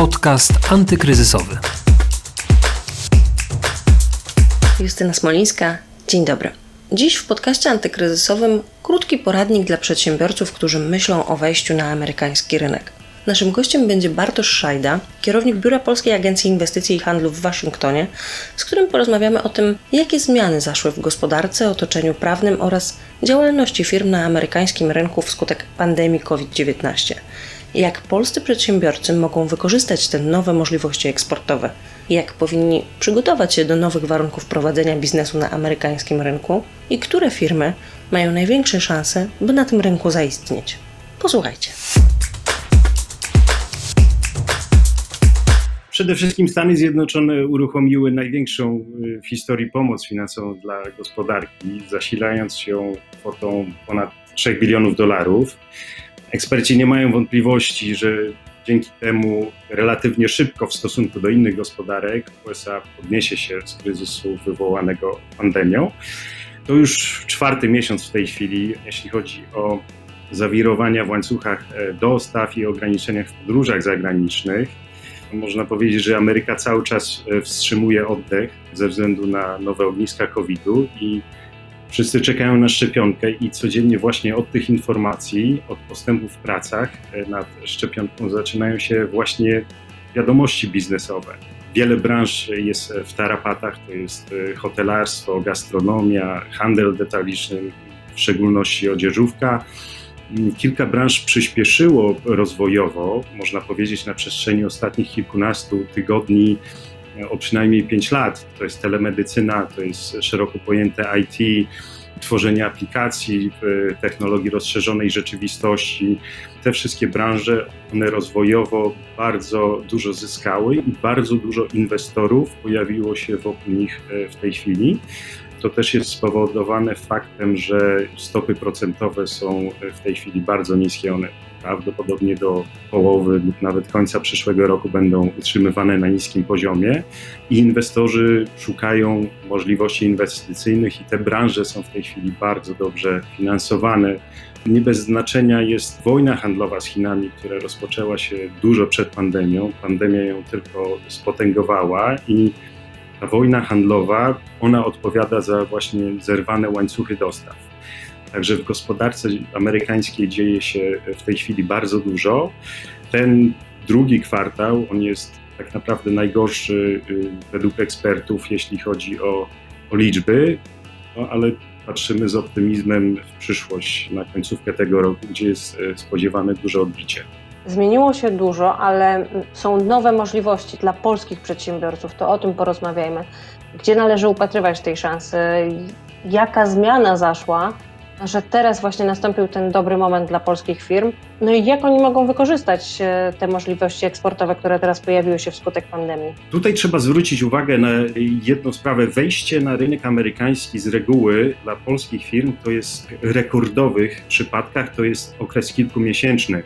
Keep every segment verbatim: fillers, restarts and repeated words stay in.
Podcast antykryzysowy. Justyna Smolińska, dzień dobry. Dziś w podcaście antykryzysowym krótki poradnik dla przedsiębiorców, którzy myślą o wejściu na amerykański rynek. Naszym gościem będzie Bartosz Szajda, kierownik Biura Polskiej Agencji Inwestycji i Handlu w Waszyngtonie, z którym porozmawiamy o tym, jakie zmiany zaszły w gospodarce, otoczeniu prawnym oraz działalności firm na amerykańskim rynku wskutek pandemii kowid dziewiętnaście. Jak polscy przedsiębiorcy mogą wykorzystać te nowe możliwości eksportowe? Jak powinni przygotować się do nowych warunków prowadzenia biznesu na amerykańskim rynku? I które firmy mają największe szanse, by na tym rynku zaistnieć? Posłuchajcie. Przede wszystkim Stany Zjednoczone uruchomiły największą w historii pomoc finansową dla gospodarki, zasilając ją kwotą ponad trzech bilionów dolarów. Eksperci nie mają wątpliwości, że dzięki temu relatywnie szybko w stosunku do innych gospodarek U S A podniesie się z kryzysu wywołanego pandemią. To już czwarty miesiąc w tej chwili, jeśli chodzi o zawirowania w łańcuchach dostaw i ograniczeniach w podróżach zagranicznych. Można powiedzieć, że Ameryka cały czas wstrzymuje oddech ze względu na nowe ogniska kowida i wszyscy czekają na szczepionkę i codziennie właśnie od tych informacji, od postępów w pracach nad szczepionką zaczynają się właśnie wiadomości biznesowe. Wiele branż jest w tarapatach, to jest hotelarstwo, gastronomia, handel detaliczny, w szczególności odzieżówka. Kilka branż przyspieszyło rozwojowo, można powiedzieć na przestrzeni ostatnich kilkunastu tygodni, o przynajmniej pięć lat. To jest telemedycyna, to jest szeroko pojęte I T, tworzenie aplikacji, technologii rozszerzonej rzeczywistości. Te wszystkie branże, one rozwojowo bardzo dużo zyskały i bardzo dużo inwestorów pojawiło się wokół nich w tej chwili. To też jest spowodowane faktem, że stopy procentowe są w tej chwili bardzo niskie. One prawdopodobnie do połowy lub nawet końca przyszłego roku będą utrzymywane na niskim poziomie i inwestorzy szukają możliwości inwestycyjnych i te branże są w tej chwili bardzo dobrze finansowane. Nie bez znaczenia jest wojna handlowa z Chinami, która rozpoczęła się dużo przed pandemią. Pandemia ją tylko spotęgowała i ta wojna handlowa, ona odpowiada za właśnie zerwane łańcuchy dostaw. Także w gospodarce amerykańskiej dzieje się w tej chwili bardzo dużo. Ten drugi kwartał, on jest tak naprawdę najgorszy według ekspertów, jeśli chodzi o, o liczby, no, ale patrzymy z optymizmem w przyszłość, na końcówkę tego roku, gdzie jest spodziewane duże odbicie. Zmieniło się dużo, ale są nowe możliwości dla polskich przedsiębiorców. To o tym porozmawiajmy. Gdzie należy upatrywać tej szansy? Jaka zmiana zaszła, że teraz właśnie nastąpił ten dobry moment dla polskich firm? No i jak oni mogą wykorzystać te możliwości eksportowe, które teraz pojawiły się wskutek pandemii? Tutaj trzeba zwrócić uwagę na jedną sprawę. Wejście na rynek amerykański z reguły dla polskich firm to jest w rekordowych przypadkach, to jest okres kilkumiesięczny.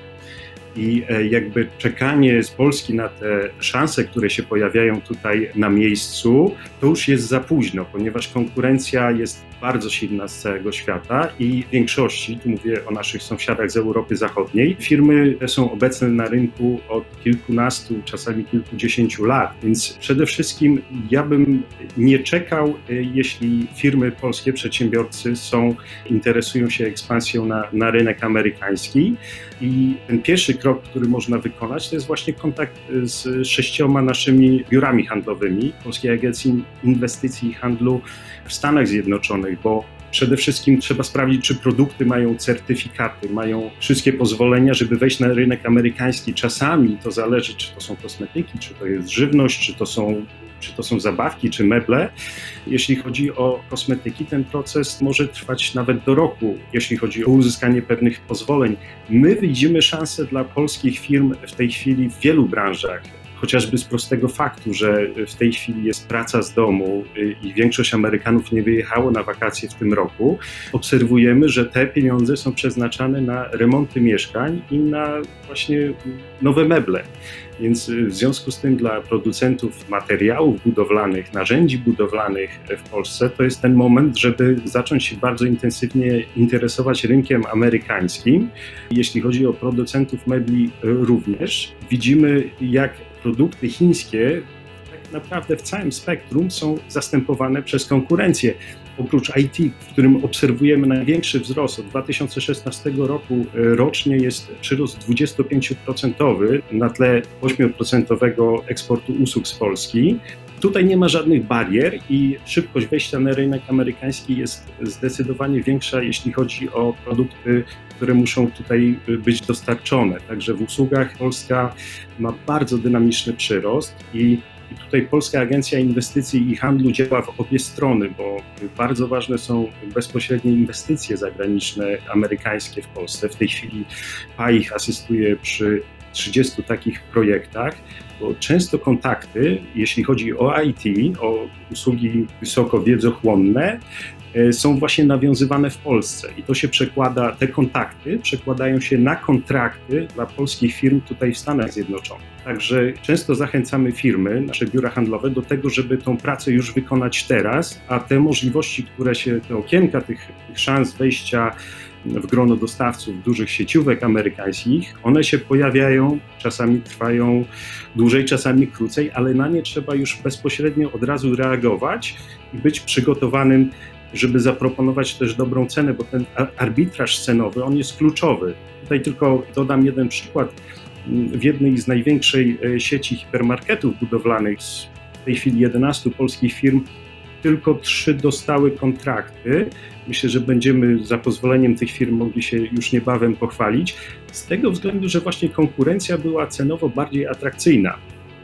I jakby czekanie z Polski na te szanse, które się pojawiają tutaj na miejscu, to już jest za późno, ponieważ konkurencja jest bardzo silna z całego świata i w większości, tu mówię o naszych sąsiadach z Europy Zachodniej, firmy są obecne na rynku od kilkunastu, czasami kilkudziesięciu lat, więc przede wszystkim ja bym nie czekał, jeśli firmy polskie, przedsiębiorcy są, interesują się ekspansją na, na rynek amerykański i ten pierwszy krok, który można wykonać, to jest właśnie kontakt z sześcioma naszymi biurami handlowymi Polskiej Agencji Inwestycji i Handlu w Stanach Zjednoczonych, bo przede wszystkim trzeba sprawdzić, czy produkty mają certyfikaty, mają wszystkie pozwolenia, żeby wejść na rynek amerykański. Czasami to zależy, czy to są kosmetyki, czy to jest żywność, czy to są, czy to są zabawki, czy meble. Jeśli chodzi o kosmetyki, ten proces może trwać nawet do roku, jeśli chodzi o uzyskanie pewnych pozwoleń. My widzimy szansę dla polskich firm w tej chwili w wielu branżach. Chociażby z prostego faktu, że w tej chwili jest praca z domu i większość Amerykanów nie wyjechało na wakacje w tym roku, obserwujemy, że te pieniądze są przeznaczane na remonty mieszkań i na właśnie nowe meble. Więc w związku z tym dla producentów materiałów budowlanych, narzędzi budowlanych w Polsce to jest ten moment, żeby zacząć się bardzo intensywnie interesować rynkiem amerykańskim. Jeśli chodzi o producentów mebli również, widzimy jak produkty chińskie tak naprawdę w całym spektrum są zastępowane przez konkurencję. Oprócz I T, w którym obserwujemy największy wzrost od dwa tysiące szesnastego roku rocznie jest przyrost dwudziestopięcioprocentowy na tle ośmioprocentowego eksportu usług z Polski. Tutaj nie ma żadnych barier i szybkość wejścia na rynek amerykański jest zdecydowanie większa, jeśli chodzi o produkty, które muszą tutaj być dostarczone. Także w usługach Polska ma bardzo dynamiczny przyrost i I tutaj Polska Agencja Inwestycji i Handlu działa w obie strony, bo bardzo ważne są bezpośrednie inwestycje zagraniczne, amerykańskie w Polsce. W tej chwili P A ich asystuje przy trzydziestu takich projektach, bo często kontakty, jeśli chodzi o I T, o usługi wysoko wiedzochłonne, są właśnie nawiązywane w Polsce i to się przekłada, te kontakty przekładają się na kontrakty dla polskich firm tutaj w Stanach Zjednoczonych. Także często zachęcamy firmy, nasze biura handlowe do tego, żeby tą pracę już wykonać teraz, a te możliwości, które się, te okienka tych, tych szans wejścia w grono dostawców dużych sieciówek amerykańskich, one się pojawiają, czasami trwają dłużej, czasami krócej, ale na nie trzeba już bezpośrednio od razu reagować i być przygotowanym, żeby zaproponować też dobrą cenę, bo ten arbitraż cenowy, on jest kluczowy. Tutaj tylko dodam jeden przykład. W jednej z największej sieci hipermarketów budowlanych, z w tej chwili jedenastu polskich firm, tylko trzy dostały kontrakty. Myślę, że będziemy za pozwoleniem tych firm mogli się już niebawem pochwalić, z tego względu, że właśnie konkurencja była cenowo bardziej atrakcyjna.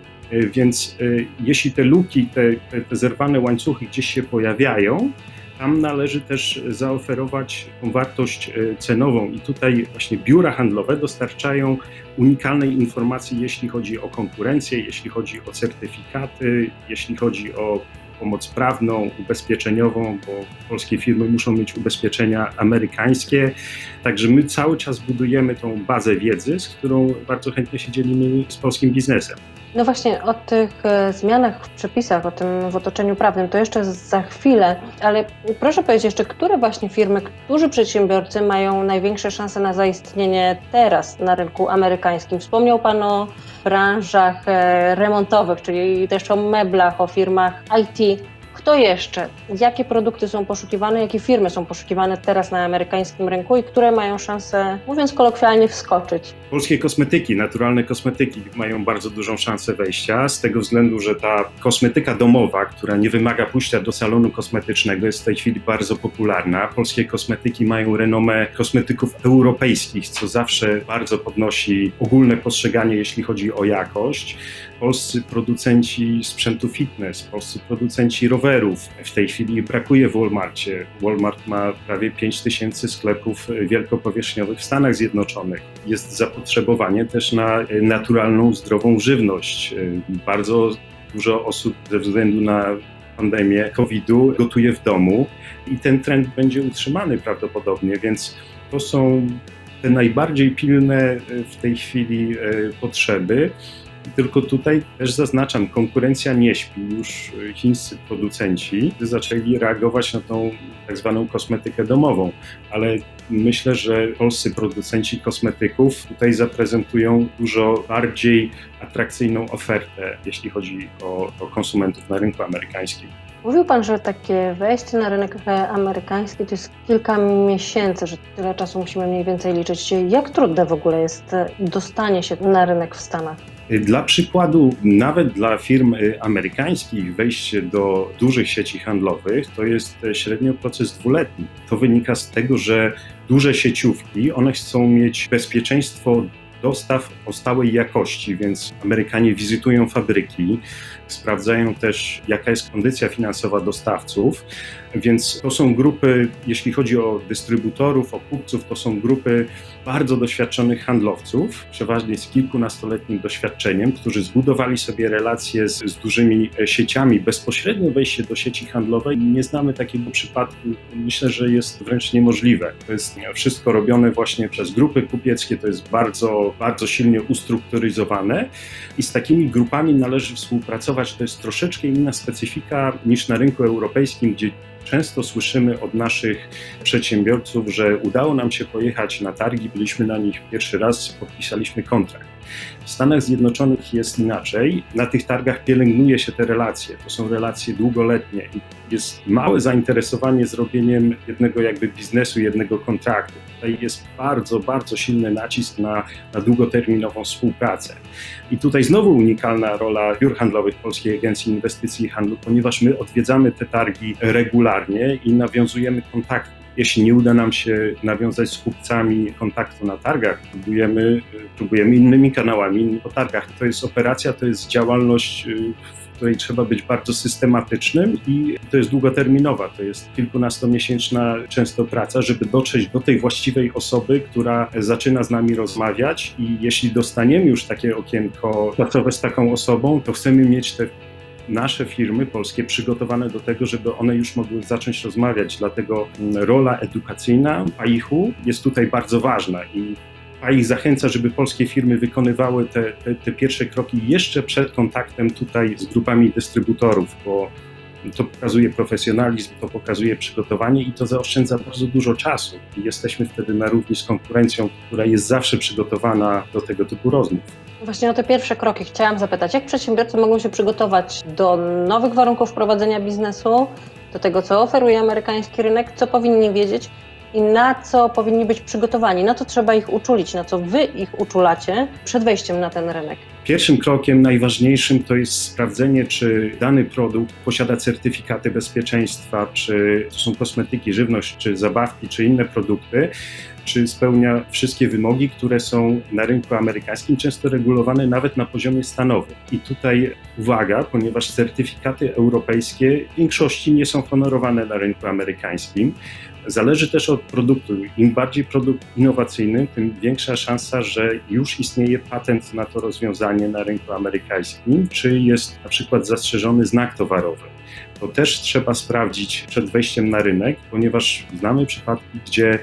Więc jeśli te luki, te, te, te zerwane łańcuchy gdzieś się pojawiają, tam należy też zaoferować tą wartość cenową i tutaj właśnie biura handlowe dostarczają unikalnej informacji, jeśli chodzi o konkurencję, jeśli chodzi o certyfikaty, jeśli chodzi o pomoc prawną, ubezpieczeniową, bo polskie firmy muszą mieć ubezpieczenia amerykańskie. Także my cały czas budujemy tą bazę wiedzy, z którą bardzo chętnie się dzielimy z polskim biznesem. No właśnie, o tych zmianach w przepisach, o tym w otoczeniu prawnym, to jeszcze za chwilę, ale proszę powiedzieć jeszcze, które właśnie firmy, którzy przedsiębiorcy mają największe szanse na zaistnienie teraz na rynku amerykańskim? Wspomniał Pan o branżach remontowych, czyli też o meblach, o firmach I T. Kto jeszcze? Jakie produkty są poszukiwane, jakie firmy są poszukiwane teraz na amerykańskim rynku i które mają szansę, mówiąc kolokwialnie, wskoczyć? Polskie kosmetyki, naturalne kosmetyki mają bardzo dużą szansę wejścia z tego względu, że ta kosmetyka domowa, która nie wymaga pójścia do salonu kosmetycznego, jest w tej chwili bardzo popularna. Polskie kosmetyki mają renomę kosmetyków europejskich, co zawsze bardzo podnosi ogólne postrzeganie, jeśli chodzi o jakość. Polscy producenci sprzętu fitness, polscy producenci rowerów. W tej chwili brakuje w Walmarcie. Walmart ma prawie pięć tysięcy sklepów wielkopowierzchniowych w Stanach Zjednoczonych. Jest zapotrzebowanie też na naturalną, zdrową żywność. Bardzo dużo osób ze względu na pandemię kowida gotuje w domu i ten trend będzie utrzymany prawdopodobnie, więc to są te najbardziej pilne w tej chwili potrzeby. Tylko tutaj też zaznaczam, konkurencja nie śpi. Już chińscy producenci zaczęli reagować na tą tak zwaną kosmetykę domową, ale myślę, że polscy producenci kosmetyków tutaj zaprezentują dużo bardziej atrakcyjną ofertę, jeśli chodzi o, o konsumentów na rynku amerykańskim. Mówił Pan, że takie wejście na rynek amerykański to jest kilka miesięcy, że tyle czasu musimy mniej więcej liczyć. Jak trudne w ogóle jest dostanie się na rynek w Stanach? Dla przykładu, nawet dla firm amerykańskich wejście do dużych sieci handlowych to jest średnio proces dwuletni. To wynika z tego, że duże sieciówki, one chcą mieć bezpieczeństwo dostaw o stałej jakości, więc Amerykanie wizytują fabryki, sprawdzają też, jaka jest kondycja finansowa dostawców, więc to są grupy, jeśli chodzi o dystrybutorów, o kupców, to są grupy bardzo doświadczonych handlowców, przeważnie z kilkunastoletnim doświadczeniem, którzy zbudowali sobie relacje z, z dużymi sieciami. Bezpośrednio wejście do sieci handlowej, nie znamy takiego przypadku, myślę, że jest wręcz niemożliwe. To jest wszystko robione właśnie przez grupy kupieckie, to jest bardzo, bardzo silnie ustrukturyzowane i z takimi grupami należy współpracować. To jest troszeczkę inna specyfika niż na rynku europejskim, gdzie Często słyszymy od naszych przedsiębiorców, że udało nam się pojechać na targi, byliśmy na nich pierwszy raz, podpisaliśmy kontrakt. W Stanach Zjednoczonych jest inaczej. Na tych targach pielęgnuje się te relacje. To są relacje długoletnie i jest małe zainteresowanie zrobieniem jednego jakby biznesu, jednego kontraktu. Tutaj jest bardzo, bardzo silny nacisk na, na długoterminową współpracę. I tutaj znowu unikalna rola biur handlowych Polskiej Agencji Inwestycji i Handlu, ponieważ my odwiedzamy te targi regularnie i nawiązujemy kontakty. Jeśli nie uda nam się nawiązać z kupcami kontaktu na targach, próbujemy, próbujemy innymi kanałami po targach. To jest operacja, to jest działalność, w której trzeba być bardzo systematycznym i to jest długoterminowa, to jest kilkunastomiesięczna często praca, żeby dotrzeć do tej właściwej osoby, która zaczyna z nami rozmawiać i jeśli dostaniemy już takie okienko czasowe z taką osobą, to chcemy mieć te nasze firmy polskie przygotowane do tego, żeby one już mogły zacząć rozmawiać, dlatego rola edukacyjna P A I H-u jest tutaj bardzo ważna i P A I H zachęca, żeby polskie firmy wykonywały te, te, te pierwsze kroki jeszcze przed kontaktem tutaj z grupami dystrybutorów, bo to pokazuje profesjonalizm, to pokazuje przygotowanie i to zaoszczędza bardzo dużo czasu. I jesteśmy wtedy na równi z konkurencją, która jest zawsze przygotowana do tego typu rozmów. Właśnie o te pierwsze kroki chciałam zapytać, jak przedsiębiorcy mogą się przygotować do nowych warunków prowadzenia biznesu, do tego, co oferuje amerykański rynek, co powinni wiedzieć i na co powinni być przygotowani, na co trzeba ich uczulić, na co wy ich uczulacie przed wejściem na ten rynek? Pierwszym krokiem, najważniejszym, to jest sprawdzenie, czy dany produkt posiada certyfikaty bezpieczeństwa, czy to są kosmetyki, żywność, czy zabawki, czy inne produkty, czy spełnia wszystkie wymogi, które są na rynku amerykańskim, często regulowane nawet na poziomie stanowym. I tutaj uwaga, ponieważ certyfikaty europejskie w większości nie są honorowane na rynku amerykańskim. Zależy też od produktu. Im bardziej produkt innowacyjny, tym większa szansa, że już istnieje patent na to rozwiązanie na rynku amerykańskim, czy jest na przykład zastrzeżony znak towarowy. To też trzeba sprawdzić przed wejściem na rynek, ponieważ znamy przypadki, gdzie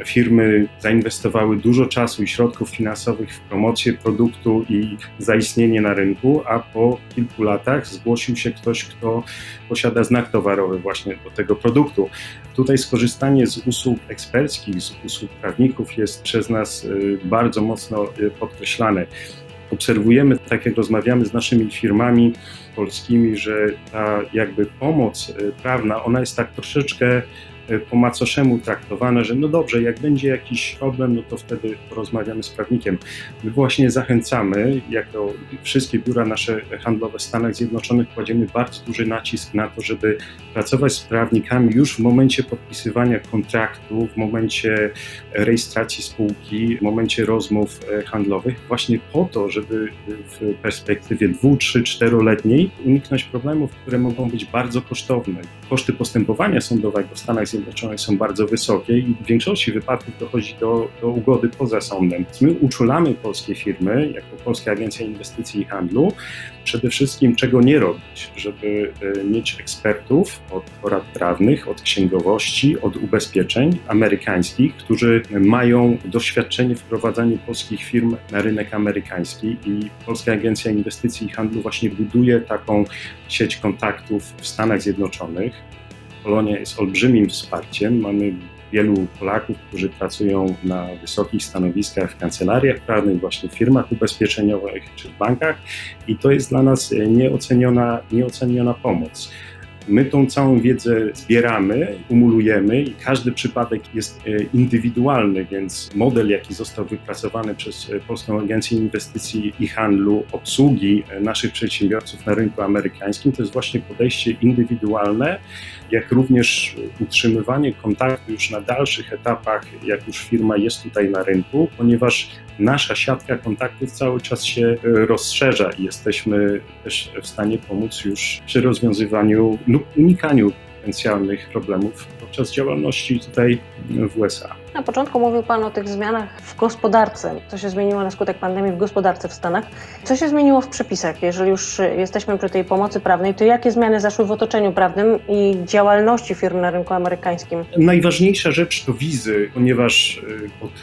firmy zainwestowały dużo czasu i środków finansowych w promocję produktu i zaistnienie na rynku, a po kilku latach zgłosił się ktoś, kto posiada znak towarowy właśnie do tego produktu. Tutaj skorzystanie z usług eksperckich, z usług prawników jest przez nas bardzo mocno podkreślane. Obserwujemy, tak jak rozmawiamy z naszymi firmami polskimi, że ta jakby pomoc prawna, ona jest tak troszeczkę po macoszemu traktowana, że no dobrze, jak będzie jakiś problem, no to wtedy porozmawiamy z prawnikiem. My właśnie zachęcamy, jako wszystkie biura nasze handlowe w Stanach Zjednoczonych, kładziemy bardzo duży nacisk na to, żeby pracować z prawnikami już w momencie podpisywania kontraktu, w momencie rejestracji spółki, w momencie rozmów handlowych, właśnie po to, żeby w perspektywie dwu, trzy, czteroletniej uniknąć problemów, które mogą być bardzo kosztowne. Koszty postępowania sądowego w Stanach Zjednoczonych są bardzo wysokie i w większości wypadków dochodzi do, do ugody poza sądem. My uczulamy polskie firmy, jako Polska Agencja Inwestycji i Handlu, przede wszystkim czego nie robić, żeby mieć ekspertów od porad prawnych, od księgowości, od ubezpieczeń amerykańskich, którzy mają doświadczenie w wprowadzaniu polskich firm na rynek amerykański i Polska Agencja Inwestycji i Handlu właśnie buduje taką sieć kontaktów w Stanach Zjednoczonych. Polonia jest olbrzymim wsparciem. Mamy wielu Polaków, którzy pracują na wysokich stanowiskach w kancelariach prawnych, właśnie w firmach ubezpieczeniowych czy w bankach i to jest dla nas nieoceniona, nieoceniona pomoc. My tą całą wiedzę zbieramy, kumulujemy i każdy przypadek jest indywidualny, więc model, jaki został wypracowany przez Polską Agencję Inwestycji i Handlu, obsługi naszych przedsiębiorców na rynku amerykańskim, to jest właśnie podejście indywidualne, jak również utrzymywanie kontaktu już na dalszych etapach, jak już firma jest tutaj na rynku, ponieważ nasza siatka kontaktów cały czas się rozszerza i jesteśmy też w stanie pomóc już przy rozwiązywaniu lub unikaniu potencjalnych problemów podczas działalności tutaj w U S A. Na początku mówił Pan o tych zmianach w gospodarce. Co się zmieniło na skutek pandemii w gospodarce w Stanach? Co się zmieniło w przepisach? Jeżeli już jesteśmy przy tej pomocy prawnej, to jakie zmiany zaszły w otoczeniu prawnym i działalności firm na rynku amerykańskim? Najważniejsza rzecz to wizy, ponieważ od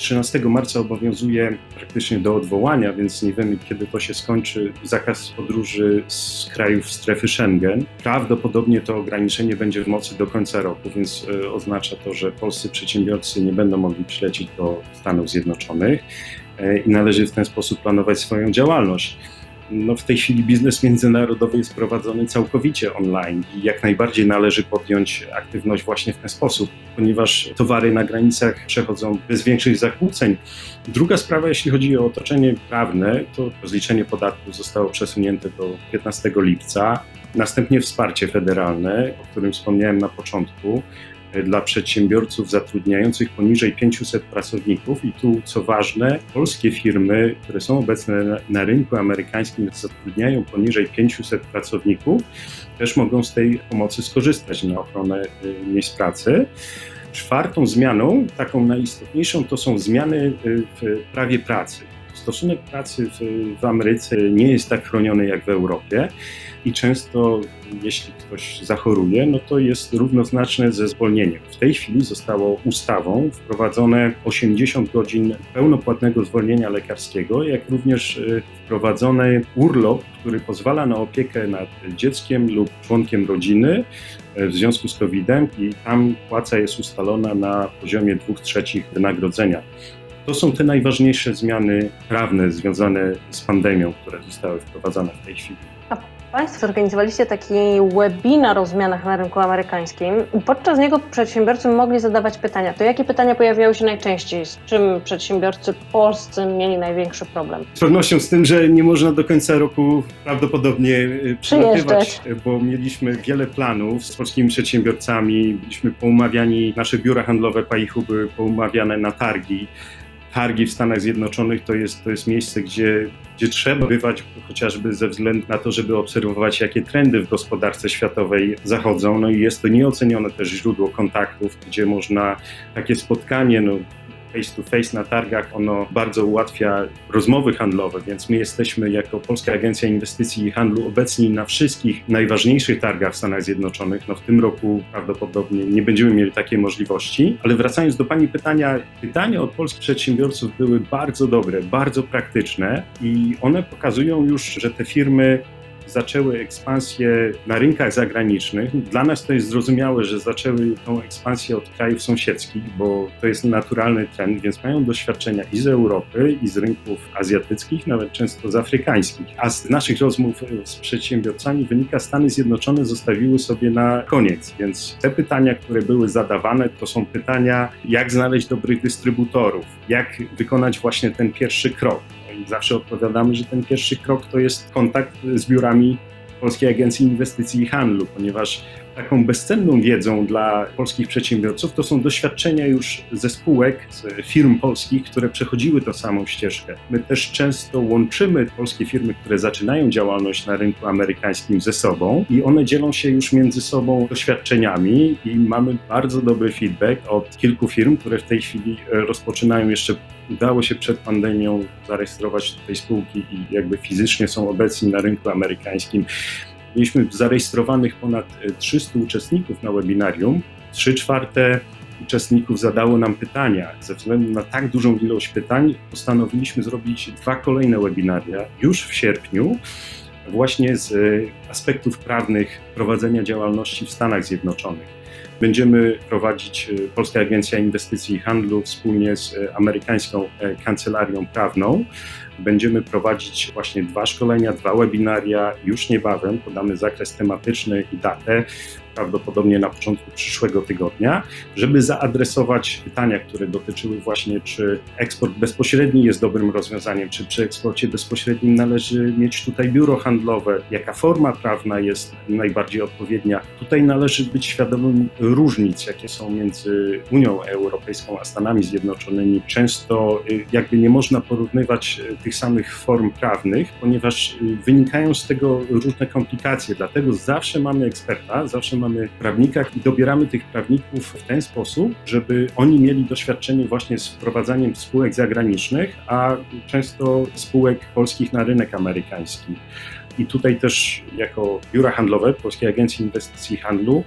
trzynastego marca obowiązuje praktycznie do odwołania, więc nie wiemy, kiedy to się skończy, zakaz podróży z krajów strefy Schengen. Prawdopodobnie to ograniczenie będzie w mocy do końca roku, więc oznacza to, że polscy przedsiębiorcy nie będą mogli przylecieć do Stanów Zjednoczonych i należy w ten sposób planować swoją działalność. No w tej chwili biznes międzynarodowy jest prowadzony całkowicie online i jak najbardziej należy podjąć aktywność właśnie w ten sposób, ponieważ towary na granicach przechodzą bez większych zakłóceń. Druga sprawa, jeśli chodzi o otoczenie prawne, to rozliczenie podatku zostało przesunięte do piętnastego lipca. Następnie wsparcie federalne, o którym wspomniałem na początku, dla przedsiębiorców zatrudniających poniżej pięciuset pracowników i tu, co ważne, polskie firmy, które są obecne na, na rynku amerykańskim, zatrudniają poniżej pięciuset pracowników, też mogą z tej pomocy skorzystać na ochronę y, miejsc pracy. Czwartą zmianą, taką najistotniejszą, to są zmiany w prawie pracy. Stosunek pracy w, w Ameryce nie jest tak chroniony jak w Europie i często jeśli ktoś zachoruje, no to jest równoznaczne ze zwolnieniem. W tej chwili zostało ustawą wprowadzone osiemdziesiąt godzin pełnopłatnego zwolnienia lekarskiego, jak również wprowadzony urlop, który pozwala na opiekę nad dzieckiem lub członkiem rodziny w związku z kowidem i tam płaca jest ustalona na poziomie dwóch trzecich wynagrodzenia. To są te najważniejsze zmiany prawne związane z pandemią, które zostały wprowadzone w tej chwili. A Państwo zorganizowaliście taki webinar o zmianach na rynku amerykańskim i podczas niego przedsiębiorcy mogli zadawać pytania. To jakie pytania pojawiały się najczęściej? Z czym przedsiębiorcy polscy mieli największy problem? Z pewnością z tym, że nie można do końca roku prawdopodobnie przylatywać, bo mieliśmy wiele planów z polskimi przedsiębiorcami, byliśmy poumawiani, nasze biura handlowe Paichu były poumawiane na targi. Targi w Stanach Zjednoczonych to jest, to jest miejsce, gdzie, gdzie trzeba bywać chociażby ze względu na to, żeby obserwować, jakie trendy w gospodarce światowej zachodzą. No i jest to nieocenione też źródło kontaktów, gdzie można takie spotkanie, no, face to face na targach, ono bardzo ułatwia rozmowy handlowe, więc my jesteśmy jako Polska Agencja Inwestycji i Handlu obecni na wszystkich najważniejszych targach w Stanach Zjednoczonych. No w tym roku prawdopodobnie nie będziemy mieli takiej możliwości, ale wracając do Pani pytania, pytania od polskich przedsiębiorców były bardzo dobre, bardzo praktyczne i one pokazują już, że te firmy zaczęły ekspansję na rynkach zagranicznych. Dla nas to jest zrozumiałe, że zaczęły tą ekspansję od krajów sąsiedzkich, bo to jest naturalny trend, więc mają doświadczenia i z Europy, i z rynków azjatyckich, nawet często z afrykańskich. A z naszych rozmów z przedsiębiorcami wynika, Stany Zjednoczone zostawiły sobie na koniec, więc te pytania, które były zadawane, to są pytania, jak znaleźć dobrych dystrybutorów, jak wykonać właśnie ten pierwszy krok. I zawsze odpowiadamy, że ten pierwszy krok to jest kontakt z biurami Polskiej Agencji Inwestycji i Handlu, ponieważ taką bezcenną wiedzą dla polskich przedsiębiorców to są doświadczenia już ze spółek, z firm polskich, które przechodziły tę samą ścieżkę. My też często łączymy polskie firmy, które zaczynają działalność na rynku amerykańskim ze sobą i one dzielą się już między sobą doświadczeniami i mamy bardzo dobry feedback od kilku firm, które w tej chwili rozpoczynają jeszcze. Udało się przed pandemią zarejestrować tej spółki i jakby fizycznie są obecni na rynku amerykańskim. Mieliśmy zarejestrowanych ponad trzystu uczestników na webinarium. Trzy czwarte uczestników zadało nam pytania. Ze względu na tak dużą ilość pytań postanowiliśmy zrobić dwa kolejne webinaria już w sierpniu, właśnie z aspektów prawnych prowadzenia działalności w Stanach Zjednoczonych. Będziemy prowadzić Polska Agencja Inwestycji i Handlu wspólnie z amerykańską kancelarią prawną. Będziemy prowadzić właśnie dwa szkolenia, dwa webinaria już niebawem. Podamy zakres tematyczny i datę, prawdopodobnie na początku przyszłego tygodnia, żeby zaadresować pytania, które dotyczyły właśnie, czy eksport bezpośredni jest dobrym rozwiązaniem, czy przy eksporcie bezpośrednim należy mieć tutaj biuro handlowe, jaka forma prawna jest najbardziej odpowiednia. Tutaj należy być świadomym różnic, jakie są między Unią Europejską a Stanami Zjednoczonymi. Często jakby nie można porównywać tych samych form prawnych, ponieważ wynikają z tego różne komplikacje, dlatego zawsze mamy eksperta, zawsze mamy prawnika i dobieramy tych prawników w ten sposób, żeby oni mieli doświadczenie właśnie z wprowadzaniem spółek zagranicznych, a często spółek polskich na rynek amerykański. I tutaj też jako biura handlowe Polskiej Agencji Inwestycji i Handlu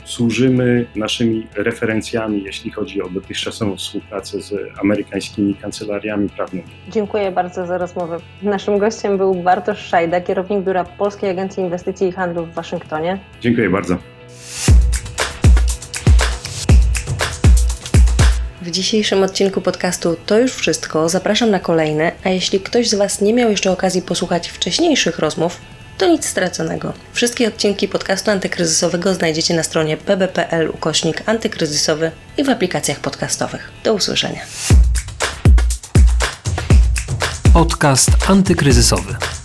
służymy naszymi referencjami, jeśli chodzi o dotychczasową współpracę z amerykańskimi kancelariami prawnymi. Dziękuję bardzo za rozmowę. Naszym gościem był Bartosz Szajda, kierownik biura Polskiej Agencji Inwestycji i Handlu w Waszyngtonie. Dziękuję bardzo. W dzisiejszym odcinku podcastu to już wszystko. Zapraszam na kolejne, a jeśli ktoś z Was nie miał jeszcze okazji posłuchać wcześniejszych rozmów, to nic straconego. Wszystkie odcinki podcastu antykryzysowego znajdziecie na stronie p b p kropka p l ukośnik antykryzysowy i w aplikacjach podcastowych. Do usłyszenia. Podcast antykryzysowy.